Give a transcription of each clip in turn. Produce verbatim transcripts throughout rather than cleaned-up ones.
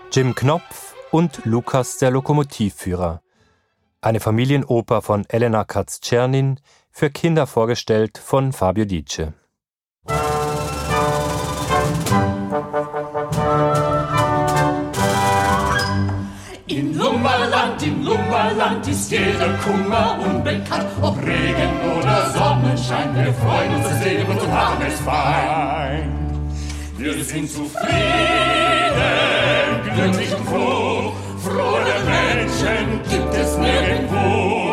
Jim Knopf und Lukas der Lokomotivführer. Eine Familienoper von Elena Katz-Czernin, für Kinder vorgestellt von Fabio Dice. In Lummerland, im Lummerland ist jeder Kummer unbekannt. Ob Regen oder Sonnenschein, wir freuen uns das Leben und haben es fein. Wir sind zufrieden, glücklich und froh. Frohe Menschen gibt es nirgendwo.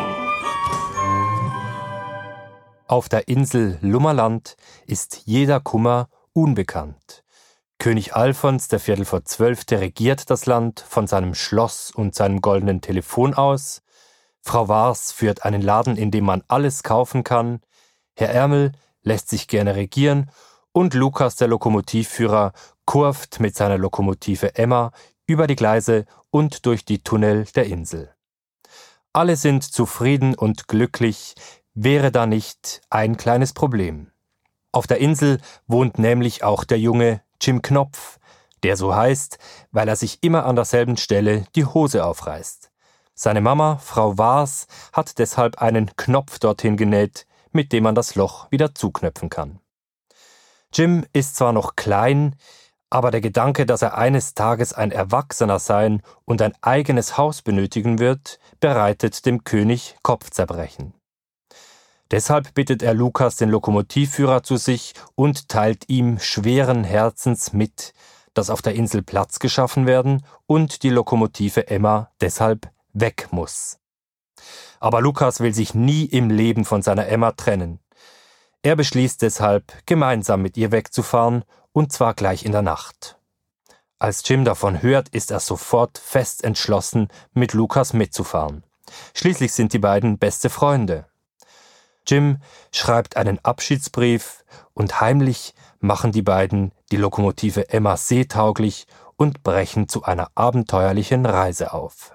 Auf der Insel Lummerland ist jeder Kummer unbekannt. König Alfons der Viertel vor Zwölfte regiert das Land von seinem Schloss und seinem goldenen Telefon aus. Frau Wars führt einen Laden, in dem man alles kaufen kann. Herr Ärmel lässt sich gerne regieren und Lukas der Lokomotivführer kurvt mit seiner Lokomotive Emma über die Gleise und durch die Tunnel der Insel. Alle sind zufrieden und glücklich, wäre da nicht ein kleines Problem. Auf der Insel wohnt nämlich auch der Junge Jim Knopf, der so heißt, weil er sich immer an derselben Stelle die Hose aufreißt. Seine Mama, Frau Wars, hat deshalb einen Knopf dorthin genäht, mit dem man das Loch wieder zuknöpfen kann. Jim ist zwar noch klein, aber der Gedanke, dass er eines Tages ein Erwachsener sein und ein eigenes Haus benötigen wird, bereitet dem König Kopfzerbrechen. Deshalb bittet er Lukas, den Lokomotivführer, zu sich und teilt ihm schweren Herzens mit, dass auf der Insel Platz geschaffen werden und die Lokomotive Emma deshalb weg muss. Aber Lukas will sich nie im Leben von seiner Emma trennen. Er beschließt deshalb, gemeinsam mit ihr wegzufahren, und zwar gleich in der Nacht. Als Jim davon hört, ist er sofort fest entschlossen, mit Lukas mitzufahren. Schließlich sind die beiden beste Freunde. Jim schreibt einen Abschiedsbrief und heimlich machen die beiden die Lokomotive Emma seetauglich und brechen zu einer abenteuerlichen Reise auf.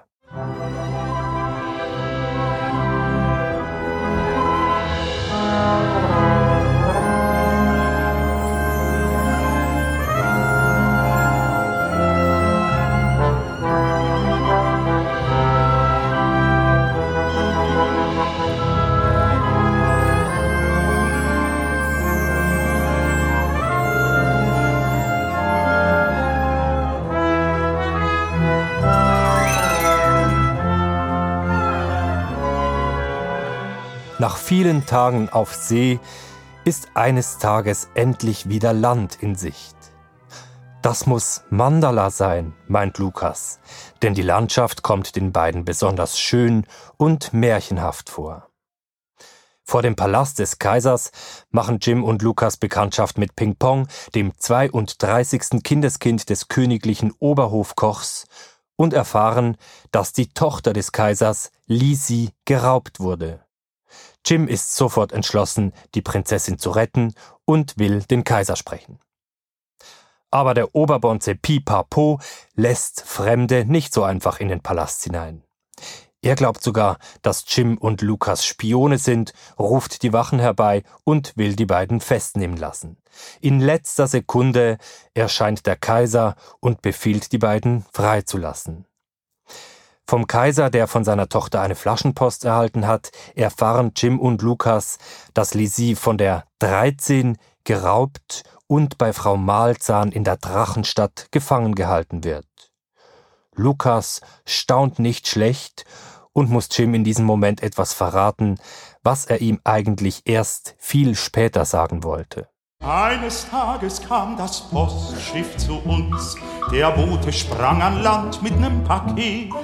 Nach vielen Tagen auf See ist eines Tages endlich wieder Land in Sicht. Das muss Mandala sein, meint Lukas, denn die Landschaft kommt den beiden besonders schön und märchenhaft vor. Vor dem Palast des Kaisers machen Jim und Lukas Bekanntschaft mit Ping Pong, dem zweiunddreißigsten Kindeskind des königlichen Oberhofkochs, und erfahren, dass die Tochter des Kaisers, Lisi, geraubt wurde. Jim ist sofort entschlossen, die Prinzessin zu retten und will den Kaiser sprechen. Aber der Oberbonze Pipapo lässt Fremde nicht so einfach in den Palast hinein. Er glaubt sogar, dass Jim und Lukas Spione sind, ruft die Wachen herbei und will die beiden festnehmen lassen. In letzter Sekunde erscheint der Kaiser und befiehlt, die beiden freizulassen. Vom Kaiser, der von seiner Tochter eine Flaschenpost erhalten hat, erfahren Jim und Lukas, dass Lisi von der dreizehn geraubt und bei Frau Malzahn in der Drachenstadt gefangen gehalten wird. Lukas staunt nicht schlecht und muss Jim in diesem Moment etwas verraten, was er ihm eigentlich erst viel später sagen wollte. Eines Tages kam das Postschiff zu uns, der Bote sprang an Land mit nem Paket.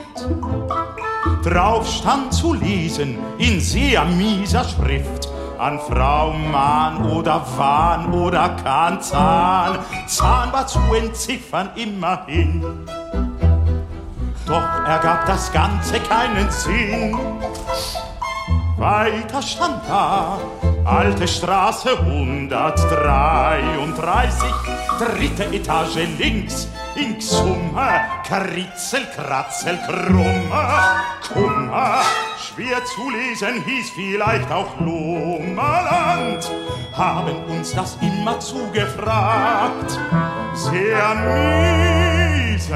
Drauf stand zu lesen in sehr mieser Schrift: an Frau Mahn oder Wahn oder Kahn Zahn. Zahn war zu entziffern immerhin, doch ergab das Ganze keinen Sinn. Weiter stand da: Alte Straße hundertdreiunddreißig, dritte Etage links, in Summe, Kritzel, Kratzel, Krummer, Kummer. Schwer zu lesen hieß vielleicht auch Lummerland, haben uns das immer zugefragt. Sehr diese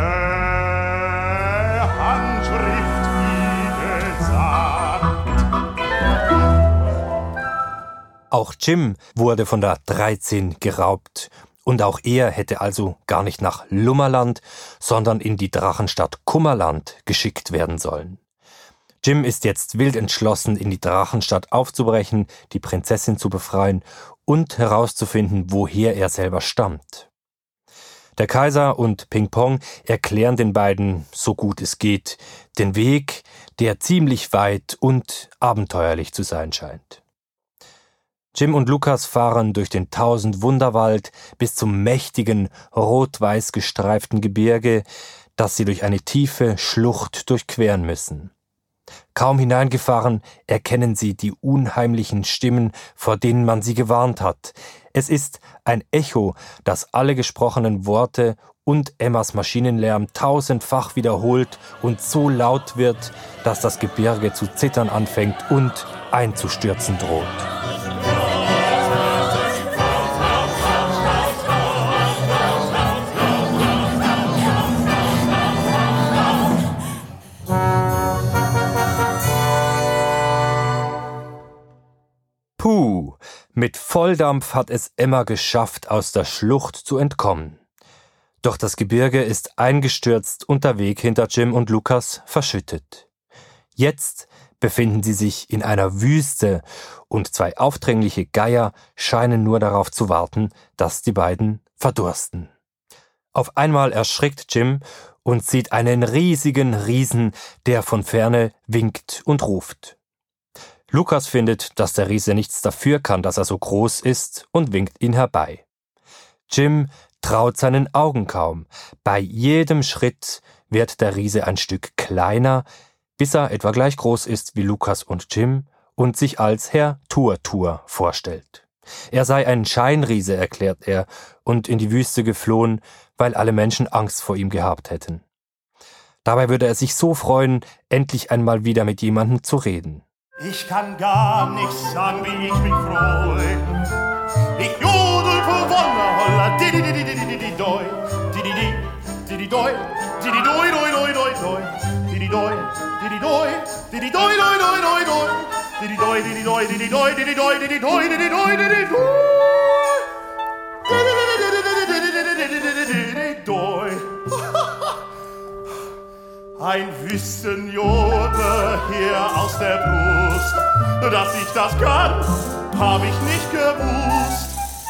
Handschrift wie gesagt. Auch Jim wurde von der dreizehn geraubt. Und auch er hätte also gar nicht nach Lummerland, sondern in die Drachenstadt Kummerland geschickt werden sollen. Jim ist jetzt wild entschlossen, in die Drachenstadt aufzubrechen, die Prinzessin zu befreien und herauszufinden, woher er selber stammt. Der Kaiser und Ping Pong erklären den beiden, so gut es geht, den Weg, der ziemlich weit und abenteuerlich zu sein scheint. Jim und Lukas fahren durch den Tausend-Wunderwald bis zum mächtigen, rot-weiß gestreiften Gebirge, das sie durch eine tiefe Schlucht durchqueren müssen. Kaum hineingefahren, erkennen sie die unheimlichen Stimmen, vor denen man sie gewarnt hat. Es ist ein Echo, das alle gesprochenen Worte und Emmas Maschinenlärm tausendfach wiederholt und so laut wird, dass das Gebirge zu zittern anfängt und einzustürzen droht. Puh, mit Volldampf hat es Emma geschafft, aus der Schlucht zu entkommen. Doch das Gebirge ist eingestürzt und der Weg hinter Jim und Lukas verschüttet. Jetzt befinden sie sich in einer Wüste und zwei aufdringliche Geier scheinen nur darauf zu warten, dass die beiden verdursten. Auf einmal erschrickt Jim und sieht einen riesigen Riesen, der von ferne winkt und ruft. Lukas findet, dass der Riese nichts dafür kann, dass er so groß ist, und winkt ihn herbei. Jim traut seinen Augen kaum. Bei jedem Schritt wird der Riese ein Stück kleiner, bis er etwa gleich groß ist wie Lukas und Jim und sich als Herr Turtur vorstellt. Er sei ein Scheinriese, erklärt er, und in die Wüste geflohen, weil alle Menschen Angst vor ihm gehabt hätten. Dabei würde er sich so freuen, endlich einmal wieder mit jemandem zu reden. Ich kann gar nichts sagen, wie ich mich freue. Ich jodel vor Wonder, holla, di di di di di di di doi, di di di di di doi, di di doi doi doi doi doi, di di doi, di di doi, di di doi doi doi doi doi, di di doi, di di doi, di di doi, di di doi, di di doi, di di doi, di di doi, di di doi. Ein Wüstenjode her aus der Brust, dass ich das kann, hab ich nicht gewusst.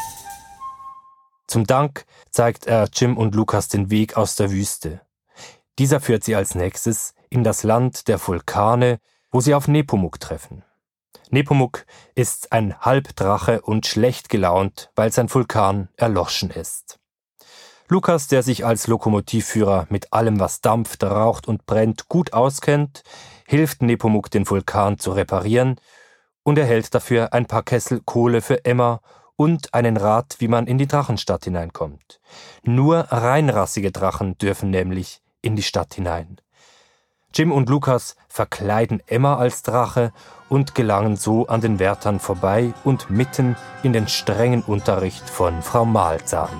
Zum Dank zeigt er Jim und Lukas den Weg aus der Wüste. Dieser führt sie als nächstes in das Land der Vulkane, wo sie auf Nepomuk treffen. Nepomuk ist ein Halbdrache und schlecht gelaunt, weil sein Vulkan erloschen ist. Lukas, der sich als Lokomotivführer mit allem, was dampft, raucht und brennt, gut auskennt, hilft Nepomuk, den Vulkan zu reparieren und erhält dafür ein paar Kessel Kohle für Emma und einen Rat, wie man in die Drachenstadt hineinkommt. Nur reinrassige Drachen dürfen nämlich in die Stadt hinein. Jim und Lukas verkleiden Emma als Drache und gelangen so an den Wärtern vorbei und mitten in den strengen Unterricht von Frau Malzahn.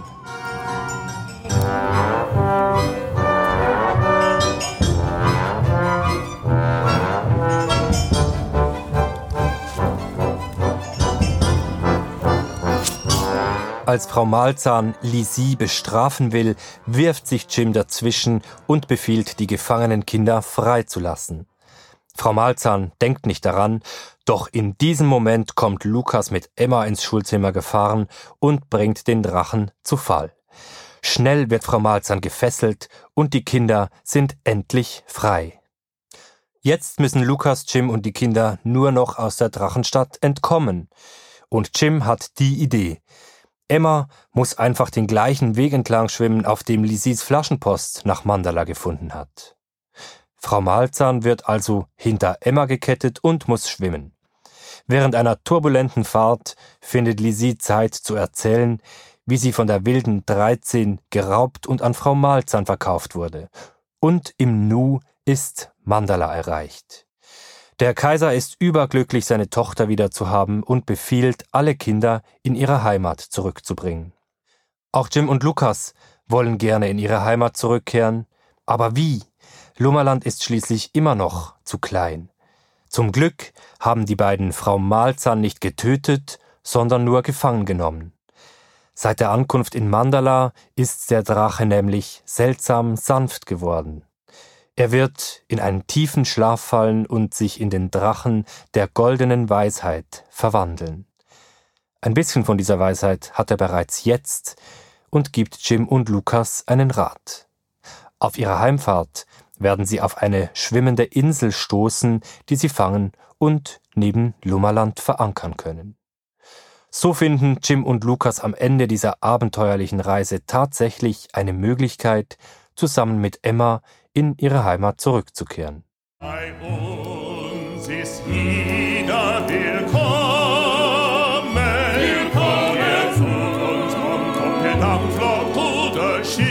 Als Frau Malzahn Lisi bestrafen will, wirft sich Jim dazwischen und befiehlt, die gefangenen Kinder freizulassen. Frau Malzahn denkt nicht daran, doch in diesem Moment kommt Lukas mit Emma ins Schulzimmer gefahren und bringt den Drachen zu Fall. Schnell wird Frau Malzahn gefesselt und die Kinder sind endlich frei. Jetzt müssen Lukas, Jim und die Kinder nur noch aus der Drachenstadt entkommen. Und Jim hat die Idee. Emma muss einfach den gleichen Weg entlang schwimmen, auf dem Lisis Flaschenpost nach Mandala gefunden hat. Frau Malzahn wird also hinter Emma gekettet und muss schwimmen. Während einer turbulenten Fahrt findet Lisi Zeit zu erzählen, wie sie von der wilden dreizehn geraubt und an Frau Malzahn verkauft wurde. Und im Nu ist Mandala erreicht. Der Kaiser ist überglücklich, seine Tochter wieder zu haben und befiehlt, alle Kinder in ihre Heimat zurückzubringen. Auch Jim und Lukas wollen gerne in ihre Heimat zurückkehren. Aber wie? Lummerland ist schließlich immer noch zu klein. Zum Glück haben die beiden Frau Malzahn nicht getötet, sondern nur gefangen genommen. Seit der Ankunft in Mandala ist der Drache nämlich seltsam sanft geworden. Er wird in einen tiefen Schlaf fallen und sich in den Drachen der goldenen Weisheit verwandeln. Ein bisschen von dieser Weisheit hat er bereits jetzt und gibt Jim und Lukas einen Rat. Auf ihrer Heimfahrt werden sie auf eine schwimmende Insel stoßen, die sie fangen und neben Lummerland verankern können. So finden Jim und Lukas am Ende dieser abenteuerlichen Reise tatsächlich eine Möglichkeit, zusammen mit Emma in ihre Heimat zurückzukehren. Bei uns ist jeder willkommen. Willkommen. Er zu uns kommt, ob per Dampflok oder Schiff.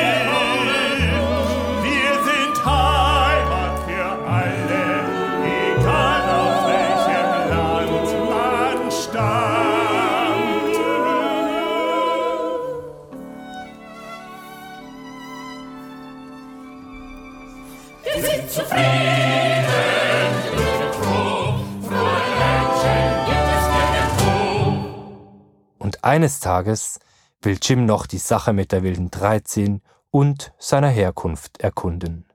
Wir sind Heimat für alle, egal auf welchem Land man stammt. Wir sind zufrieden, froh, frohe Menschen gibt es nirgendwo. Und eines Tages will Jim noch die Sache mit der wilden dreizehn und seiner Herkunft erkunden.